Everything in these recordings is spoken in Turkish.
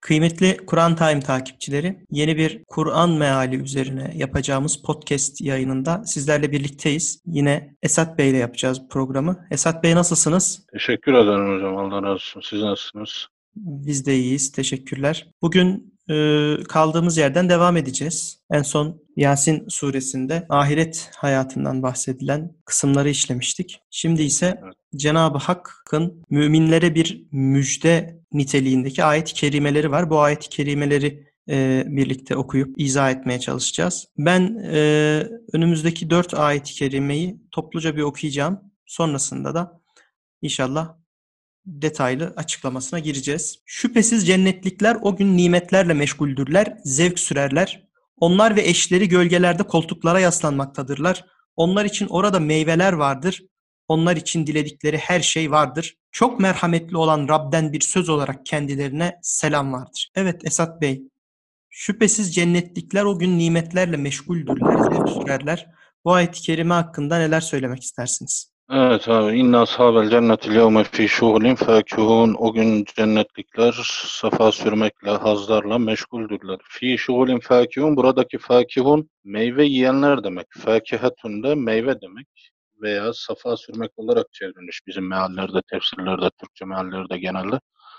Kıymetli Kur'an Time takipçileri, yeni bir Kur'an meali üzerine yapacağımız podcast yayınında sizlerle birlikteyiz. Yine Esat Bey ile yapacağız bu programı. Esat Bey nasılsınız? Teşekkür ederim hocam. Allah razı olsun. Siz nasılsınız? Biz de iyiyiz, teşekkürler. Bugün kaldığımız yerden devam edeceğiz. En son Yasin suresinde ahiret hayatından bahsedilen kısımları işlemiştik. Şimdi ise Evet. Cenab-ı Hakk'ın müminlere bir müjde niteliğindeki ayet-i kerimeleri var. Bu ayet-i kerimeleri birlikte okuyup izah etmeye çalışacağız. Ben önümüzdeki 4 ayet-i kerimeyi topluca bir okuyacağım. Sonrasında da inşallah detaylı açıklamasına gireceğiz. Şüphesiz cennetlikler o gün nimetlerle meşguldürler, zevk sürerler. Onlar ve eşleri gölgelerde koltuklara yaslanmaktadırlar. Onlar için orada meyveler vardır. Onlar için diledikleri her şey vardır. Çok merhametli olan Rab'den bir söz olarak kendilerine selam vardır. Evet Esat Bey, şüphesiz cennetlikler o gün nimetlerle meşguldürler, zevk sürerler. Bu ayet-i kerime hakkında neler söylemek istersiniz? Evet abi. İnne ashabel cennetil yevme fî şuğulin fâkihûn. O gün cennetlikler safa sürmekle, hazlarla meşguldürler. Fî şuğulin fâkihûn. Buradaki fâkihûn meyve yiyenler demek. Fâkihetun da meyve demek. Veya safa sürmek olarak çevrilmiş bizim meallerde, tefsirlerde, Türkçe meallerde genelde.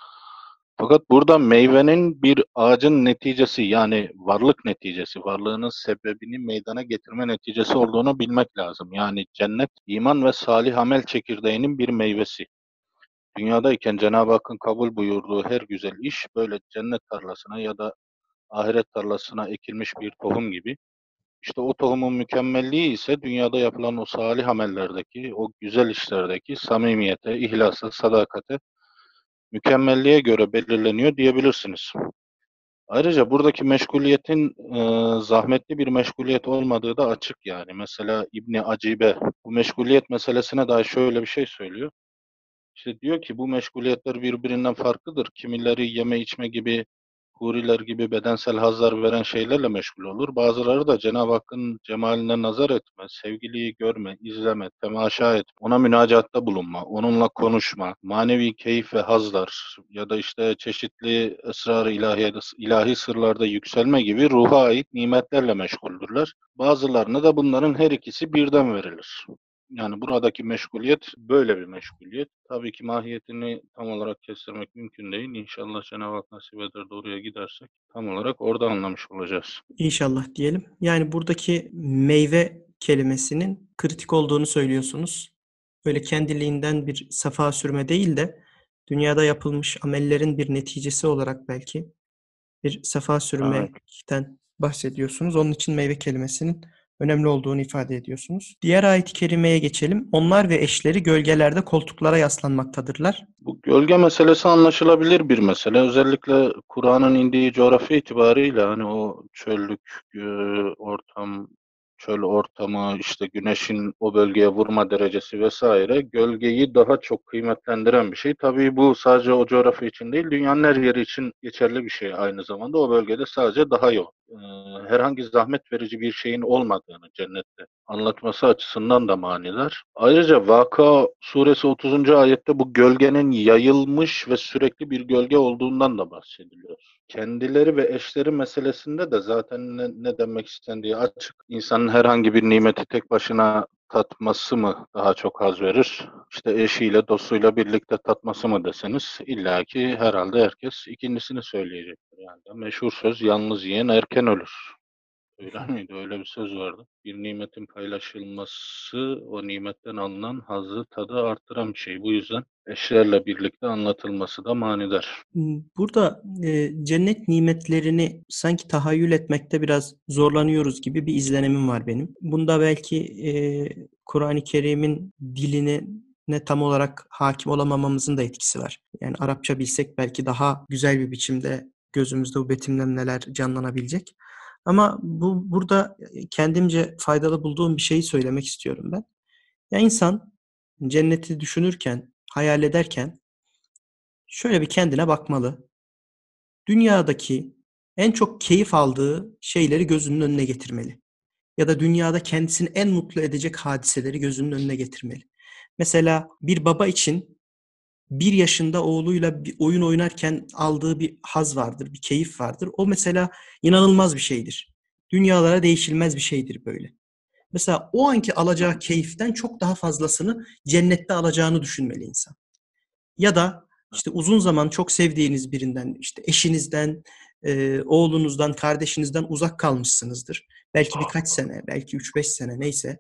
Fakat burada meyvenin bir ağacın neticesi, yani varlık neticesi, varlığının sebebini meydana getirme neticesi olduğunu bilmek lazım. Yani cennet, iman ve salih amel çekirdeğinin bir meyvesi. Dünyadayken Cenab-ı Hakk'ın kabul buyurduğu her güzel iş böyle cennet tarlasına ya da ahiret tarlasına ekilmiş bir tohum gibi. İşte o tohumun mükemmelliği ise dünyada yapılan o salih amellerdeki, o güzel işlerdeki samimiyete, ihlasa, sadakate, mükemmelliğe göre belirleniyor diyebilirsiniz. Ayrıca buradaki meşguliyetin zahmetli bir meşguliyet olmadığı da açık yani. Mesela İbni Acibe bu meşguliyet meselesine dair şöyle bir şey söylüyor. İşte diyor ki bu meşguliyetler birbirinden farklıdır. Kimileri yeme içme gibi, huriler gibi bedensel hazlar veren şeylerle meşgul olur. Bazıları da Cenab-ı Hakk'ın cemaline nazar etme, sevgiliyi görme, izleme, temaşa et, ona münacatta bulunma, onunla konuşma, manevi keyif ve hazlar ya da işte çeşitli esrar-ı ilahi sırlarda yükselme gibi ruha ait nimetlerle meşguldürler. Bazılarına da bunların her ikisi birden verilir. Yani buradaki meşguliyet böyle bir meşguliyet. Tabii ki mahiyetini tam olarak kestirmek mümkün değil. İnşallah Cenab-ı Hak nasip eder de oraya gidersek tam olarak orada anlamış olacağız. İnşallah diyelim. Yani buradaki meyve kelimesinin kritik olduğunu söylüyorsunuz. Böyle kendiliğinden bir safa sürme değil de dünyada yapılmış amellerin bir neticesi olarak belki bir safa Evet. sürmekten bahsediyorsunuz. Onun için meyve kelimesinin önemli olduğunu ifade ediyorsunuz. Diğer ayet-i kerimeye geçelim. Onlar ve eşleri gölgelerde koltuklara yaslanmaktadırlar. Bu gölge meselesi anlaşılabilir bir mesele. Özellikle Kur'an'ın indiği coğrafya itibariyle hani o çöllük ortam, çöl ortamı, işte güneşin o bölgeye vurma derecesi vesaire gölgeyi daha çok kıymetlendiren bir şey. Tabii bu sadece o coğrafya için değil, dünyanın her yeri için geçerli bir şey aynı zamanda. O bölgede sadece daha yoğun. Herhangi zahmet verici bir şeyin olmadığını cennette anlatması açısından da manidar. Ayrıca Vaka suresi 30. ayette bu gölgenin yayılmış ve sürekli bir gölge olduğundan da bahsediliyor. Kendileri ve eşleri meselesinde de zaten ne demek istendiği açık. İnsanın herhangi bir nimeti tek başına tatması mı daha çok haz verir? İşte eşiyle, dostuyla birlikte tatması mı deseniz illaki herhalde herkes ikincisini söyleyecektir. Yani meşhur söz yalnız yiyen erken ölür. Öyle miydi? Öyle bir söz vardı. Bir nimetin paylaşılması o nimetten alınan hazzı, tadı arttıran bir şey. Bu yüzden eşlerle birlikte anlatılması da manidar. Burada cennet nimetlerini sanki tahayyül etmekte biraz zorlanıyoruz gibi bir izlenimim var benim. Bunda belki Kur'an-ı Kerim'in diline ne tam olarak hakim olamamamızın da etkisi var. Yani Arapça bilsek belki daha güzel bir biçimde gözümüzde bu betimlemeler canlanabilecek. Ama burada kendimce faydalı bulduğum bir şeyi söylemek istiyorum ben. Ya insan cenneti düşünürken, hayal ederken şöyle bir kendine bakmalı. Dünyadaki en çok keyif aldığı şeyleri gözünün önüne getirmeli. Ya da dünyada kendisini en mutlu edecek hadiseleri gözünün önüne getirmeli. Mesela bir baba için bir yaşında oğluyla bir oyun oynarken aldığı bir haz vardır, bir keyif vardır. O mesela inanılmaz bir şeydir. Dünyalara değişilmez bir şeydir böyle. Mesela o anki alacağı keyiften çok daha fazlasını cennette alacağını düşünmeli insan. Ya da işte uzun zaman çok sevdiğiniz birinden, işte eşinizden, oğlunuzdan, kardeşinizden uzak kalmışsınızdır. Belki birkaç sene, belki 3-5 sene neyse.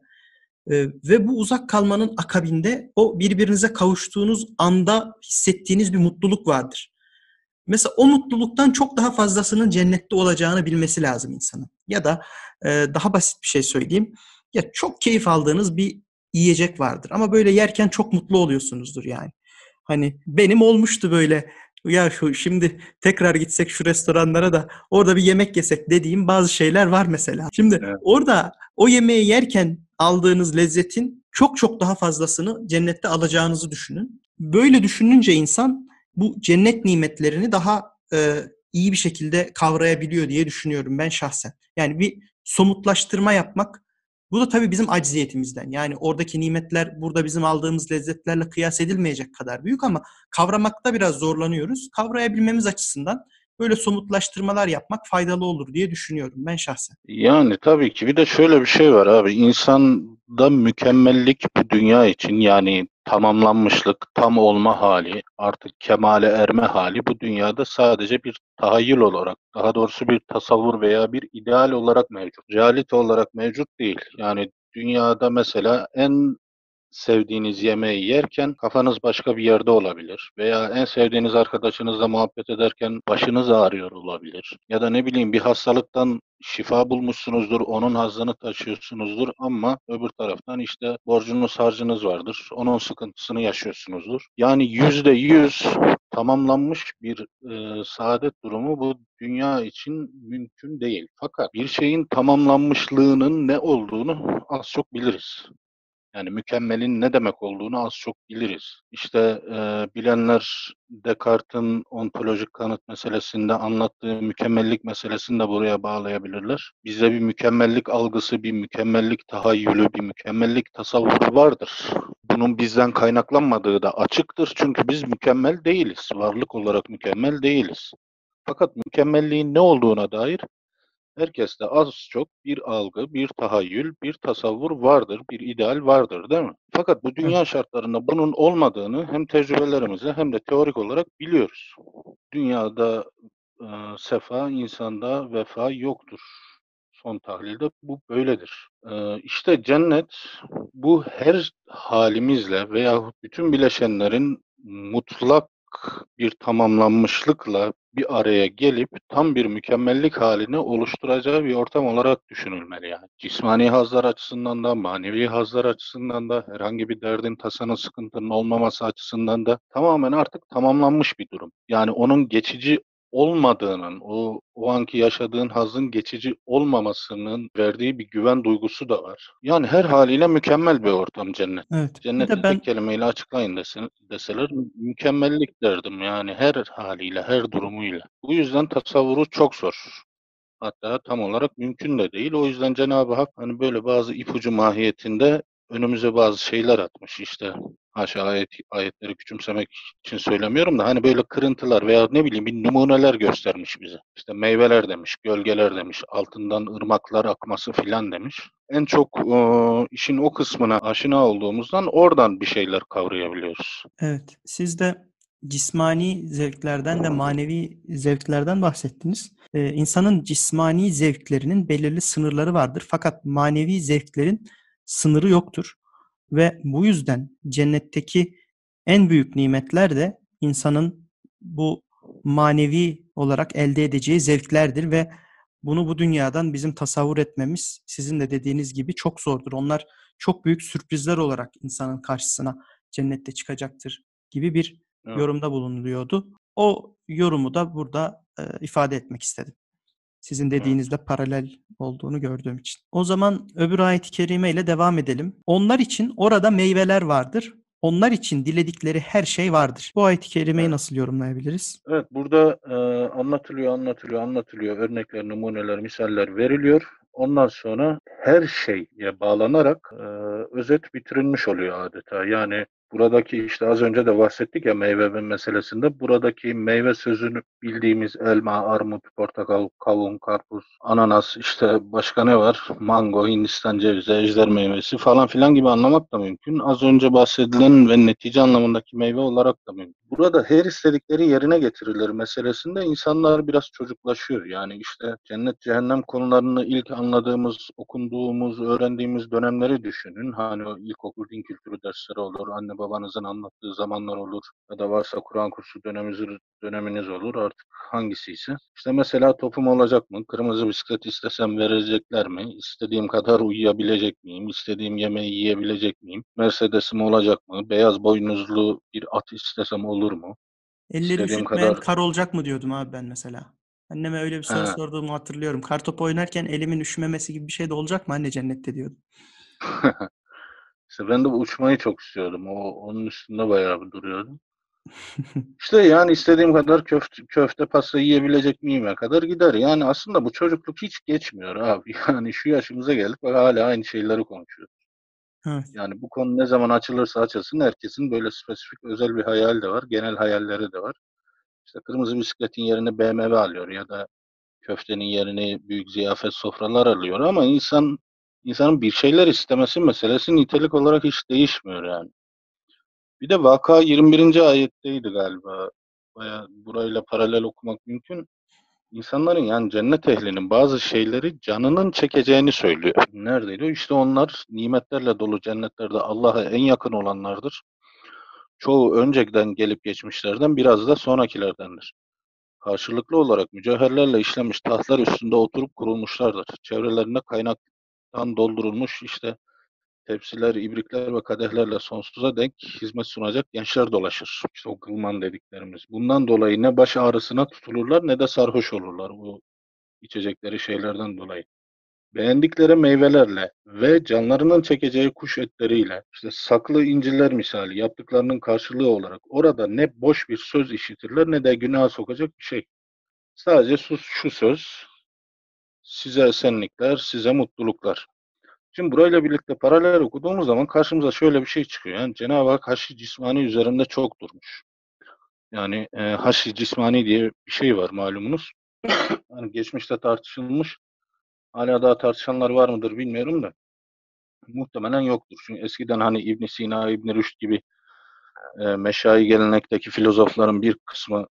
Ve bu uzak kalmanın akabinde o birbirinize kavuştuğunuz anda hissettiğiniz bir mutluluk vardır. Mesela o mutluluktan çok daha fazlasının cennette olacağını bilmesi lazım insanın. Ya da daha basit bir şey söyleyeyim. Ya çok keyif aldığınız bir yiyecek vardır ama böyle yerken çok mutlu oluyorsunuzdur yani. Hani benim olmuştu böyle. Ya şimdi tekrar gitsek şu restoranlara da orada bir yemek yesek dediğim bazı şeyler var mesela. Şimdi Evet. orada o yemeği yerken aldığınız lezzetin çok çok daha fazlasını cennette alacağınızı düşünün. Böyle düşününce insan bu cennet nimetlerini daha iyi bir şekilde kavrayabiliyor diye düşünüyorum ben şahsen. Yani bir somutlaştırma yapmak, bu da tabii bizim acziyetimizden. Yani oradaki nimetler burada bizim aldığımız lezzetlerle kıyas edilmeyecek kadar büyük ama kavramakta biraz zorlanıyoruz. Kavrayabilmemiz açısından böyle somutlaştırmalar yapmak faydalı olur diye düşünüyorum ben şahsen. Yani tabii ki bir de şöyle bir şey var abi. İnsanda mükemmellik bu dünya için, yani tamamlanmışlık, tam olma hali, artık kemale erme hali bu dünyada sadece bir tahayyül olarak, daha doğrusu bir tasavvur veya bir ideal olarak mevcut. Realite olarak mevcut değil. Yani dünyada mesela en sevdiğiniz yemeği yerken kafanız başka bir yerde olabilir. Veya en sevdiğiniz arkadaşınızla muhabbet ederken başınız ağrıyor olabilir. Ya da ne bileyim bir hastalıktan şifa bulmuşsunuzdur, onun hazzını taşıyorsunuzdur ama öbür taraftan işte borcunuz harcınız vardır, onun sıkıntısını yaşıyorsunuzdur. Yani %100 tamamlanmış bir saadet durumu bu dünya için mümkün değil. Fakat bir şeyin tamamlanmışlığının ne olduğunu az çok biliriz. Yani mükemmelin ne demek olduğunu az çok biliriz. İşte bilenler Descartes'in ontolojik kanıt meselesinde anlattığı mükemmellik meselesini de buraya bağlayabilirler. Bizde bir mükemmellik algısı, bir mükemmellik tahayyülü, bir mükemmellik tasavvuru vardır. Bunun bizden kaynaklanmadığı da açıktır. Çünkü biz mükemmel değiliz. Varlık olarak mükemmel değiliz. Fakat mükemmelliğin ne olduğuna dair herkeste az çok bir algı, bir tahayyül, bir tasavvur vardır, bir ideal vardır, değil mi? Fakat bu Evet. dünya şartlarında bunun olmadığını hem tecrübelerimizle hem de teorik olarak biliyoruz. Dünyada sefa, insanda vefa yoktur. Son tahlilde bu böyledir. İşte cennet bu her halimizle veya bütün bileşenlerin mutlak bir tamamlanmışlıkla bir araya gelip tam bir mükemmellik halini oluşturacağı bir ortam olarak düşünülmeli yani. Cismani hazlar açısından da, manevi hazlar açısından da, herhangi bir derdin, tasanın, sıkıntının olmaması açısından da tamamen artık tamamlanmış bir durum. Yani onun geçici olmadığının, o anki yaşadığın hazın geçici olmamasının verdiği bir güven duygusu da var. Yani her haliyle mükemmel bir ortam cennet. Evet. Bir Cenneti de tek ben kelimeyle açıklayın deseler mükemmellik derdim, yani her haliyle, her durumuyla. Bu yüzden tasavvuru çok zor. Hatta tam olarak mümkün de değil. O yüzden Cenab-ı Hak hani böyle bazı ipucu mahiyetinde önümüze bazı şeyler atmış. İşte haşa ayetleri küçümsemek için söylemiyorum da hani böyle kırıntılar veya ne bileyim bir numuneler göstermiş bize. İşte meyveler demiş, gölgeler demiş, altından ırmaklar akması filan demiş. En çok işin o kısmına aşina olduğumuzdan oradan bir şeyler kavrayabiliyoruz. evet, siz de cismani zevklerden ve manevi zevklerden bahsettiniz. İnsanın cismani zevklerinin belirli sınırları vardır. Fakat manevi zevklerin sınırı yoktur. Ve bu yüzden cennetteki en büyük nimetler de insanın bu manevi olarak elde edeceği zevklerdir ve bunu bu dünyadan bizim tasavvur etmemiz sizin de dediğiniz gibi çok zordur. Onlar çok büyük sürprizler olarak insanın karşısına cennette çıkacaktır gibi bir Evet. yorumda bulunuluyordu. O yorumu da burada ifade etmek istedim. Sizin Evet. dediğinizle paralel olduğunu gördüğüm için. O zaman öbür ayet-i kerime ile devam edelim. Onlar için orada meyveler vardır. Onlar için diledikleri her şey vardır. Bu ayet-i kerimeyi Evet. nasıl yorumlayabiliriz? Evet, burada anlatılıyor. Örnekler, numuneler, misaller veriliyor. Ondan sonra her şeye bağlanarak özet bitirilmiş oluyor adeta. Yani buradaki işte az önce de bahsettik ya meyve meselesinde. Buradaki meyve sözünü bildiğimiz elma, armut, portakal, kavun, karpuz, ananas, işte başka ne var? Mango, Hindistan cevizi, ejder meyvesi falan filan gibi anlamak da mümkün. Az önce bahsedilen ve netice anlamındaki meyve olarak da mümkün. Burada her istedikleri yerine getirilir meselesinde insanlar biraz çocuklaşıyor. Yani işte cennet cehennem konularını ilk anladığımız, okunduğumuz, öğrendiğimiz dönemleri düşünün. Hani o ilkokul din kültürü dersleri olur, anne babanızın anlattığı zamanlar olur ya da varsa Kur'an kursu döneminiz olur artık hangisi ise. İşte mesela topum olacak mı? Kırmızı bisiklet istesem verecekler mi? İstediğim kadar uyuyabilecek miyim? İstediğim yemeği yiyebilecek miyim? Mercedes'im olacak mı? Beyaz boynuzlu bir at istesem olur mu? Elleri İstediğim üşütmeyen kadar kar olacak mı diyordum abi ben mesela. Anneme öyle bir soru he. sorduğumu hatırlıyorum. Kartop oynarken elimin üşümemesi gibi bir şey de olacak mı anne cennette diyordum. İşte ben de uçmayı çok istiyordum. Onun üstünde bayağı bir duruyordum. İşte yani istediğim kadar köfte pasta yiyebilecek miyime kadar gider. Yani aslında bu çocukluk hiç geçmiyor abi. Yani şu yaşımıza geldik bak hala aynı şeyleri konuşuyoruz. Evet. Yani bu konu ne zaman açılırsa açılsın herkesin böyle spesifik özel bir hayal de var. Genel hayalleri de var. İşte kırmızı bisikletin yerini BMW alıyor ya da köftenin yerini büyük ziyafet sofralar alıyor ama insanın bir şeyler istemesi meselesi nitelik olarak hiç değişmiyor yani. Bir de Vaka 21. ayetteydi galiba. Baya burayla paralel okumak mümkün. İnsanların yani cennet ehlinin bazı şeyleri canının çekeceğini söylüyor. Neredeydi o? İşte onlar nimetlerle dolu cennetlerde Allah'a en yakın olanlardır. Çoğu önceden gelip geçmişlerden biraz da sonrakilerdendir. Karşılıklı olarak mücevherlerle işlenmiş tahtlar üstünde oturup kurulmuşlardır. Çevrelerinde kaynaktan doldurulmuş işte tepsiler, ibrikler ve kadehlerle sonsuza dek hizmet sunacak gençler dolaşır. İşte o gılman dediklerimiz. Bundan dolayı ne baş ağrısına tutulurlar ne de sarhoş olurlar bu içecekleri şeylerden dolayı. Beğendikleri meyvelerle ve canlarının çekeceği kuş etleriyle, işte saklı incirler misali yaptıklarının karşılığı olarak orada ne boş bir söz işitirler ne de günaha sokacak bir şey. Sadece şu söz, size esenlikler, size mutluluklar. Şimdi burayla birlikte paralel okuduğumuz zaman karşımıza şöyle bir şey çıkıyor. Yani Cenab-ı Hak haşi cismani üzerinde çok durmuş. Yani haşi cismani diye bir şey var malumunuz. Hani geçmişte tartışılmış. Hala daha tartışanlar var mıdır bilmiyorum da. Muhtemelen yoktur. Çünkü eskiden hani İbn Sina, İbn Rüşd gibi meşayi gelenekteki filozofların bir kısmı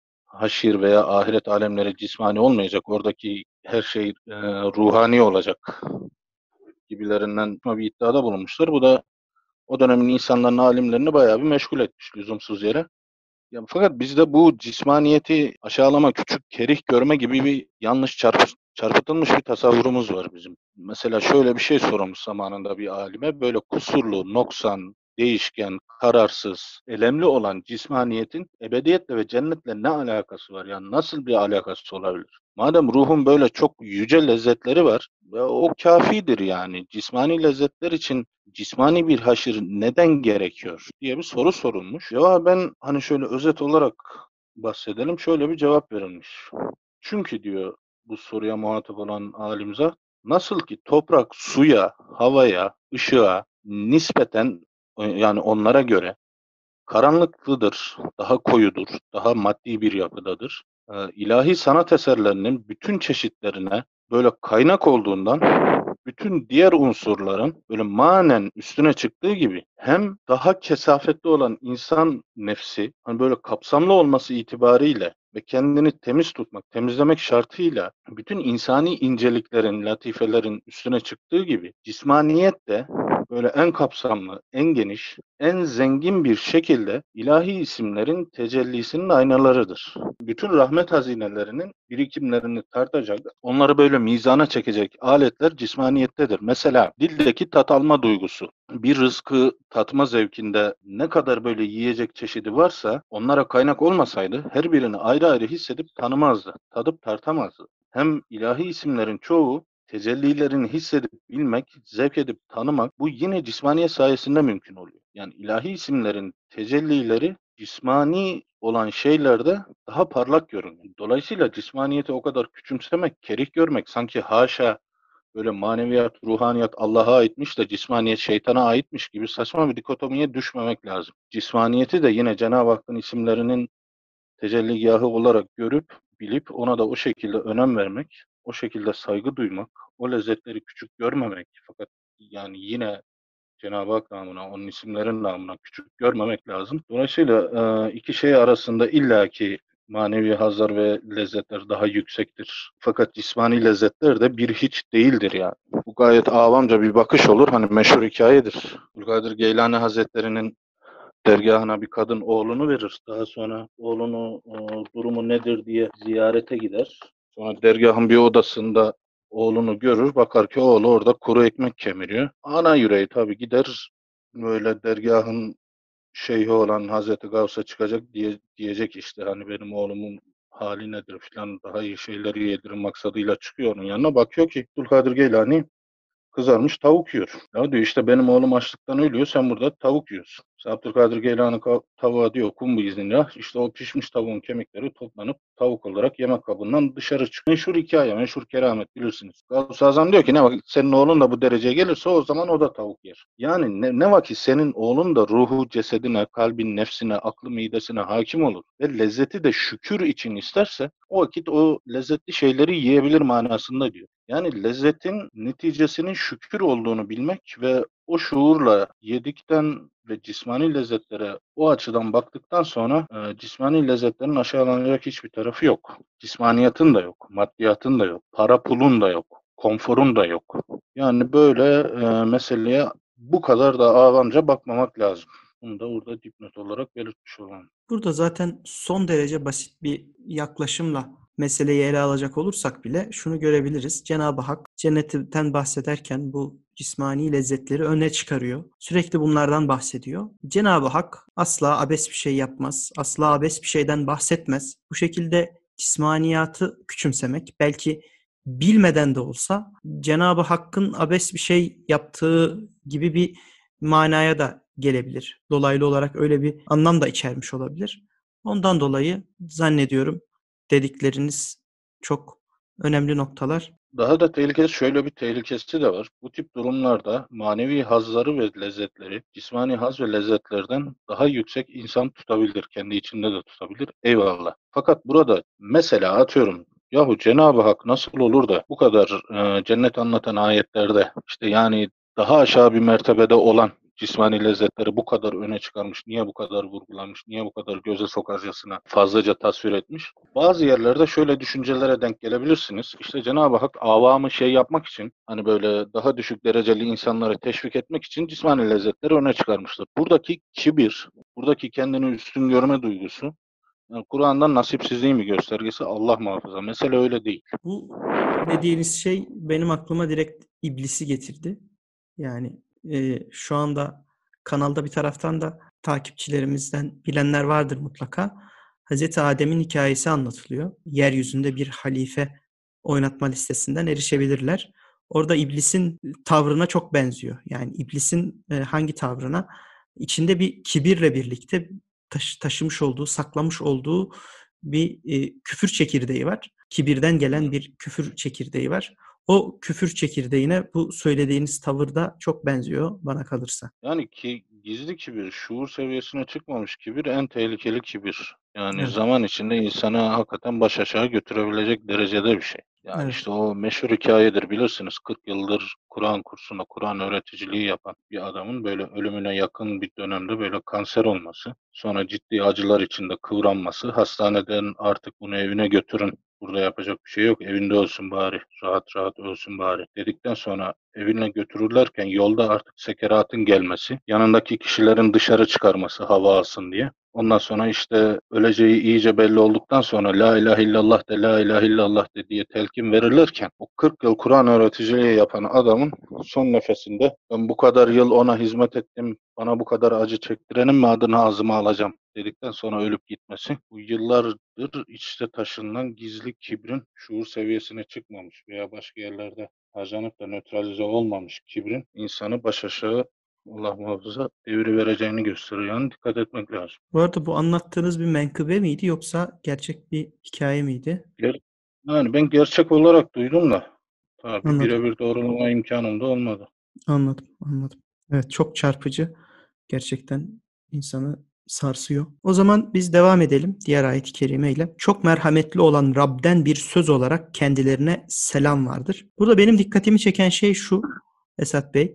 haşir veya ahiret alemleri cismani olmayacak. Oradaki her şey ruhani olacak gibilerinden bir iddiada bulunmuşlar. Bu da o dönemin insanların, alimlerini bayağı bir meşgul etmiş lüzumsuz yere. Ya, fakat bizde bu cismaniyeti aşağılama, küçük, kerih görme gibi bir yanlış çarpıtılmış bir tasavvurumuz var bizim. Mesela şöyle bir şey sorulmuş zamanında bir alime, böyle kusurlu, noksan, değişken, kararsız, elemli olan cismaniyetin ebediyetle ve cennetle ne alakası var? Yani nasıl bir alakası olabilir? Madem ruhun böyle çok yüce lezzetleri var, o kafidir yani. Cismani lezzetler için cismani bir haşir neden gerekiyor diye bir soru sorulmuş. Ya ben hani şöyle özet olarak bahsedelim. Şöyle bir cevap verilmiş. Çünkü diyor bu soruya muhatap olan alimzat, nasıl ki toprak suya, havaya, ışığa nispeten yani onlara göre karanlıklıdır, daha koyudur, daha maddi bir yapıdadır. İlahi sanat eserlerinin bütün çeşitlerine böyle kaynak olduğundan bütün diğer unsurların böyle manen üstüne çıktığı gibi hem daha kesafetli olan insan nefsi hani böyle kapsamlı olması itibariyle ve kendini temiz tutmak, temizlemek şartıyla bütün insani inceliklerin, latifelerin üstüne çıktığı gibi cismaniyet de böyle en kapsamlı, en geniş, en zengin bir şekilde ilahi isimlerin tecellisinin aynalarıdır. Bütün rahmet hazinelerinin birikimlerini tartacak, onları böyle mizana çekecek aletler cismaniyettedir. Mesela dildeki tat alma duygusu. Bir rızkı tatma zevkinde ne kadar böyle yiyecek çeşidi varsa onlara kaynak olmasaydı her birini ayrı ayrı hissedip tanımazdı, tadıp tartamazdı. Hem ilahi isimlerin çoğu tecellilerini hissedip bilmek, zevk edip tanımak bu yine cismaniyet sayesinde mümkün oluyor. Yani ilahi isimlerin tecellileri cismani olan şeylerde daha parlak görünüyor. Dolayısıyla cismaniyeti o kadar küçümsemek, kerih görmek sanki haşa böyle maneviyat, ruhaniyat Allah'a aitmiş de cismaniyet şeytana aitmiş gibi saçma bir dikotomiye düşmemek lazım. Cismaniyeti de yine Cenab-ı Hakk'ın isimlerinin tecelligahı olarak görüp, bilip ona da o şekilde önem vermek, o şekilde saygı duymak, o lezzetleri küçük görmemek fakat yani yine Cenab-ı Hak namına, onun isimlerin namına küçük görmemek lazım. Dolayısıyla iki şey arasında illaki manevi hazlar ve lezzetler daha yüksektir. Fakat cismani lezzetler de bir hiç değildir yani. Bu gayet avamca bir bakış olur. Hani meşhur hikayedir. Abdülkadir Geylani Hazretleri'nin dergahına bir kadın oğlunu verir. Daha sonra oğlunu durumu nedir diye ziyarete gider. Sonra dergahın bir odasında oğlunu görür. Bakar ki oğlu orada kuru ekmek kemiriyor. Ana yüreği tabii gider böyle dergahın şeyhi olan Hazreti Gavs'a çıkacak diyecek işte hani benim oğlumun hali nedir filan daha iyi şeyleri yedirin maksadıyla çıkıyor onun yanına. Bakıyor ki Abdülkadir Geylani kızarmış tavuk yiyor. Ya diyor işte benim oğlum açlıktan ölüyor sen burada tavuk yiyorsun. İşte Abdülkadir Geylani tavuğa diyor kum bu iznillah. İşte o pişmiş tavuğun kemikleri toplanıp tavuk olarak yemek kabından dışarı çıkıyor. Meşhur hikaye, meşhur keramet bilirsiniz. Gavs-ı Azam diyor ki ne vakit senin oğlun da bu dereceye gelirse o zaman o da tavuk yer. Yani ne vakit senin oğlun da ruhu cesedine, kalbin, nefsine, aklı, midesine hakim olur ve lezzeti de şükür için isterse o vakit o lezzetli şeyleri yiyebilir manasında diyor. Yani lezzetin neticesinin şükür olduğunu bilmek ve o şuurla yedikten ve cismani lezzetlere o açıdan baktıktan sonra cismani lezzetlerin aşağılanacak hiçbir tarafı yok. Cismaniyatın da yok, maddiyatın da yok, para pulun da yok, konforun da yok. Yani böyle meseleye bu kadar da avanca bakmamak lazım. Bunu da burada dipnot olarak belirtmiş olalım. Burada zaten son derece basit bir yaklaşımla meseleyi ele alacak olursak bile şunu görebiliriz. Cenab-ı Hak cennetten bahsederken bu cismani lezzetleri öne çıkarıyor. Sürekli bunlardan bahsediyor. Cenab-ı Hak asla abes bir şey yapmaz. Asla abes bir şeyden bahsetmez. Bu şekilde cismaniyatı küçümsemek belki bilmeden de olsa Cenab-ı Hakk'ın abes bir şey yaptığı gibi bir manaya da gelebilir. Dolaylı olarak öyle bir anlam da içermiş olabilir. Ondan dolayı zannediyorum dedikleriniz çok önemli noktalar. Daha da tehlikesi şöyle bir tehlikesi de var. Bu tip durumlarda manevi hazları ve lezzetleri cismani haz ve lezzetlerden daha yüksek insan tutabilir. Kendi içinde de tutabilir. Eyvallah. Fakat burada mesela atıyorum yahu Cenab-ı Hak nasıl olur da bu kadar cennet anlatan ayetlerde işte yani daha aşağı bir mertebede olan cismani lezzetleri bu kadar öne çıkarmış, niye bu kadar vurgulamış, niye bu kadar göze sokarcasına fazlaca tasvir etmiş? Bazı yerlerde şöyle düşüncelere denk gelebilirsiniz. İşte Cenab-ı Hak avamı şey yapmak için, hani böyle daha düşük dereceli insanları teşvik etmek için cismani lezzetleri öne çıkarmıştır. Buradaki kibir, buradaki kendini üstün görme duygusu, yani Kur'an'dan nasipsizliğin bir göstergesi Allah muhafaza. Mesele öyle değil. Bu dediğiniz şey benim aklıma direkt iblisi getirdi. Yani şu anda kanalda bir taraftan da takipçilerimizden bilenler vardır mutlaka. Hazreti Adem'in hikayesi anlatılıyor. Yeryüzünde bir halife oynatma listesinden erişebilirler. Orada iblisin tavrına çok benziyor. Yani iblisin hangi tavrına? İçinde bir kibirle birlikte taşımış olduğu, saklamış olduğu bir küfür çekirdeği var. Kibirden gelen bir küfür çekirdeği var. O küfür çekirdeğine bu söylediğiniz tavırda çok benziyor bana kalırsa. Yani ki gizli kibir, şuur seviyesine çıkmamış kibir en tehlikeli kibir. Yani Evet, zaman içinde insanı hakikaten baş aşağı götürebilecek derecede bir şey. Yani evet. işte o meşhur hikayedir bilirsiniz. 40 yıldır Kur'an kursunda Kur'an öğreticiliği yapan bir adamın böyle ölümüne yakın bir dönemde böyle kanser olması, sonra ciddi acılar içinde kıvranması, hastaneden artık bunu evine götürün, burada yapacak bir şey yok, evinde ölsün bari, rahat rahat ölsün bari dedikten sonra evine götürürlerken yolda artık sekeratın gelmesi, yanındaki kişilerin dışarı çıkarması hava alsın diye. Ondan sonra işte öleceği iyice belli olduktan sonra La ilahe illallah de La ilahe illallah de diye telkin verilirken o 40 yıl Kur'an öğreticiliği yapan adamın son nefesinde ben bu kadar yıl ona hizmet ettim, bana bu kadar acı çektirenin mi adını ağzıma alacağım dedikten sonra ölüp gitmesi. Bu yıllardır içte taşınan gizli kibrin şuur seviyesine çıkmamış veya başka yerlerde harcanıp da nötralize olmamış kibrin insanı baş aşağı Allah muhafaza devri vereceğini gösteriyor. Yani dikkat etmek lazım. Bu arada bu anlattığınız bir menkıbe miydi yoksa gerçek bir hikaye miydi? Yani ben gerçek olarak duydum da Tabii Anladım. birebir doğrulama imkanım da olmadı. Anladım. Anladım. Evet, çok çarpıcı. Gerçekten insanı sarsıyor. O zaman biz devam edelim diğer ayet-i kerime ile. Çok merhametli olan Rab'den bir söz olarak kendilerine selam vardır. Burada benim dikkatimi çeken şey şu Esat Bey.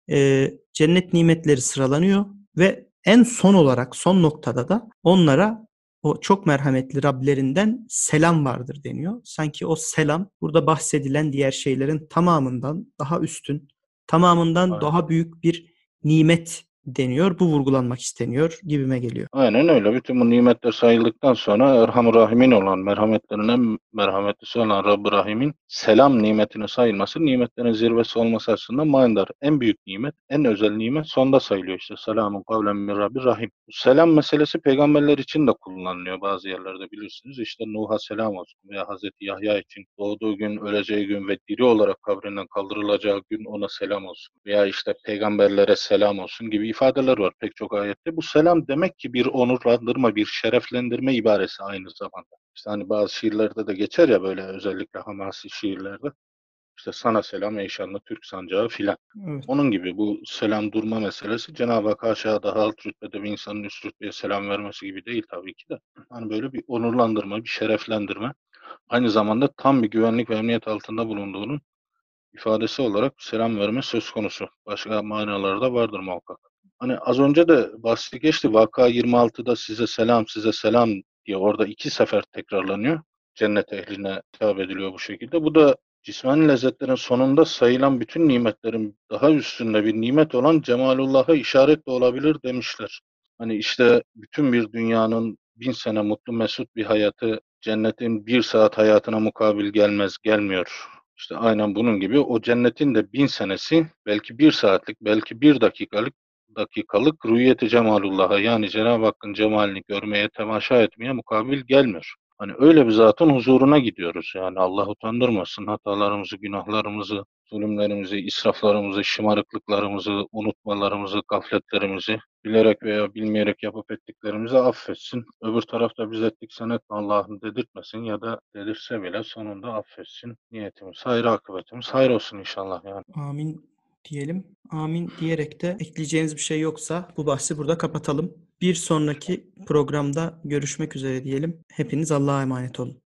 Cennet nimetleri sıralanıyor ve en son olarak son noktada da onlara o çok merhametli Rablerinden selam vardır deniyor. Sanki o selam burada bahsedilen diğer şeylerin tamamından daha üstün, tamamından Aynen. daha büyük bir nimet deniyor. Bu vurgulanmak isteniyor gibime geliyor. Aynen öyle. Bütün bu nimetler sayıldıktan sonra Erham-ı Rahimin olan, merhametlerin en merhametlisi olan Rabb-ı Rahim'in selam nimetine sayılması, nimetlerin zirvesi olması açısından manidar. En büyük nimet, en özel nimet sonda sayılıyor işte. Selamun kavlen min Rabbir Rahim. Bu selam meselesi peygamberler için de kullanılıyor bazı yerlerde bilirsiniz. İşte Nuh'a selam olsun veya Hazreti Yahya için doğduğu gün, öleceği gün ve diri olarak kabrinden kaldırılacağı gün ona selam olsun. Veya işte peygamberlere selam olsun gibi ifadeler var pek çok ayette. Bu selam demek ki bir onurlandırma, bir şereflendirme ibaresi aynı zamanda. İşte hani bazı şiirlerde de geçer ya böyle özellikle Hamasi şiirlerde. İşte sana selam ey şanlı Türk sancağı filan. Evet. Onun gibi bu selam durma meselesi Cenab-ı Hak haşa daha alt rütbede bir insanın üst rütbeye selam vermesi gibi değil tabii ki de. Hani böyle bir onurlandırma, bir şereflendirme. Aynı zamanda tam bir güvenlik ve emniyet altında bulunduğunun ifadesi olarak selam verme söz konusu. Başka manaları da vardır muhakkak. Hani az önce de bahsi geçti. Vaka 26'da size selam diye orada 2 sefer tekrarlanıyor. Cennet ehline hitap ediliyor bu şekilde. Bu da cismani lezzetlerin sonunda sayılan bütün nimetlerin daha üstünde bir nimet olan Cemalullah'a işaret de olabilir demişler. Hani işte bütün bir dünyanın 1000 sene mutlu mesut bir hayatı cennetin 1 saat hayatına mukabil gelmiyor. İşte aynen bunun gibi o cennetin de 1000 senesi belki 1 saatlik, belki 1 dakikalık rüyeti cemalullah'a yani Cenab-ı Hakk'ın cemalini görmeye, temaşa etmeye mukabil gelmiyor. Hani öyle bir zatın huzuruna gidiyoruz. Yani Allah utandırmasın hatalarımızı, günahlarımızı, zulümlerimizi, israflarımızı, şımarıklıklarımızı, unutmalarımızı, gafletlerimizi bilerek veya bilmeyerek yapıp ettiklerimizi affetsin. Öbür tarafta biz ettik sen etme Allah'ım dedirtmesin ya da dedirse bile sonunda affetsin. Niyetimiz hayır, akıbetimiz hayır olsun inşallah yani. Amin diyelim. Amin diyerek de ekleyeceğiniz bir şey yoksa bu bahsi burada kapatalım. Bir sonraki programda görüşmek üzere diyelim. Hepiniz Allah'a emanet olun.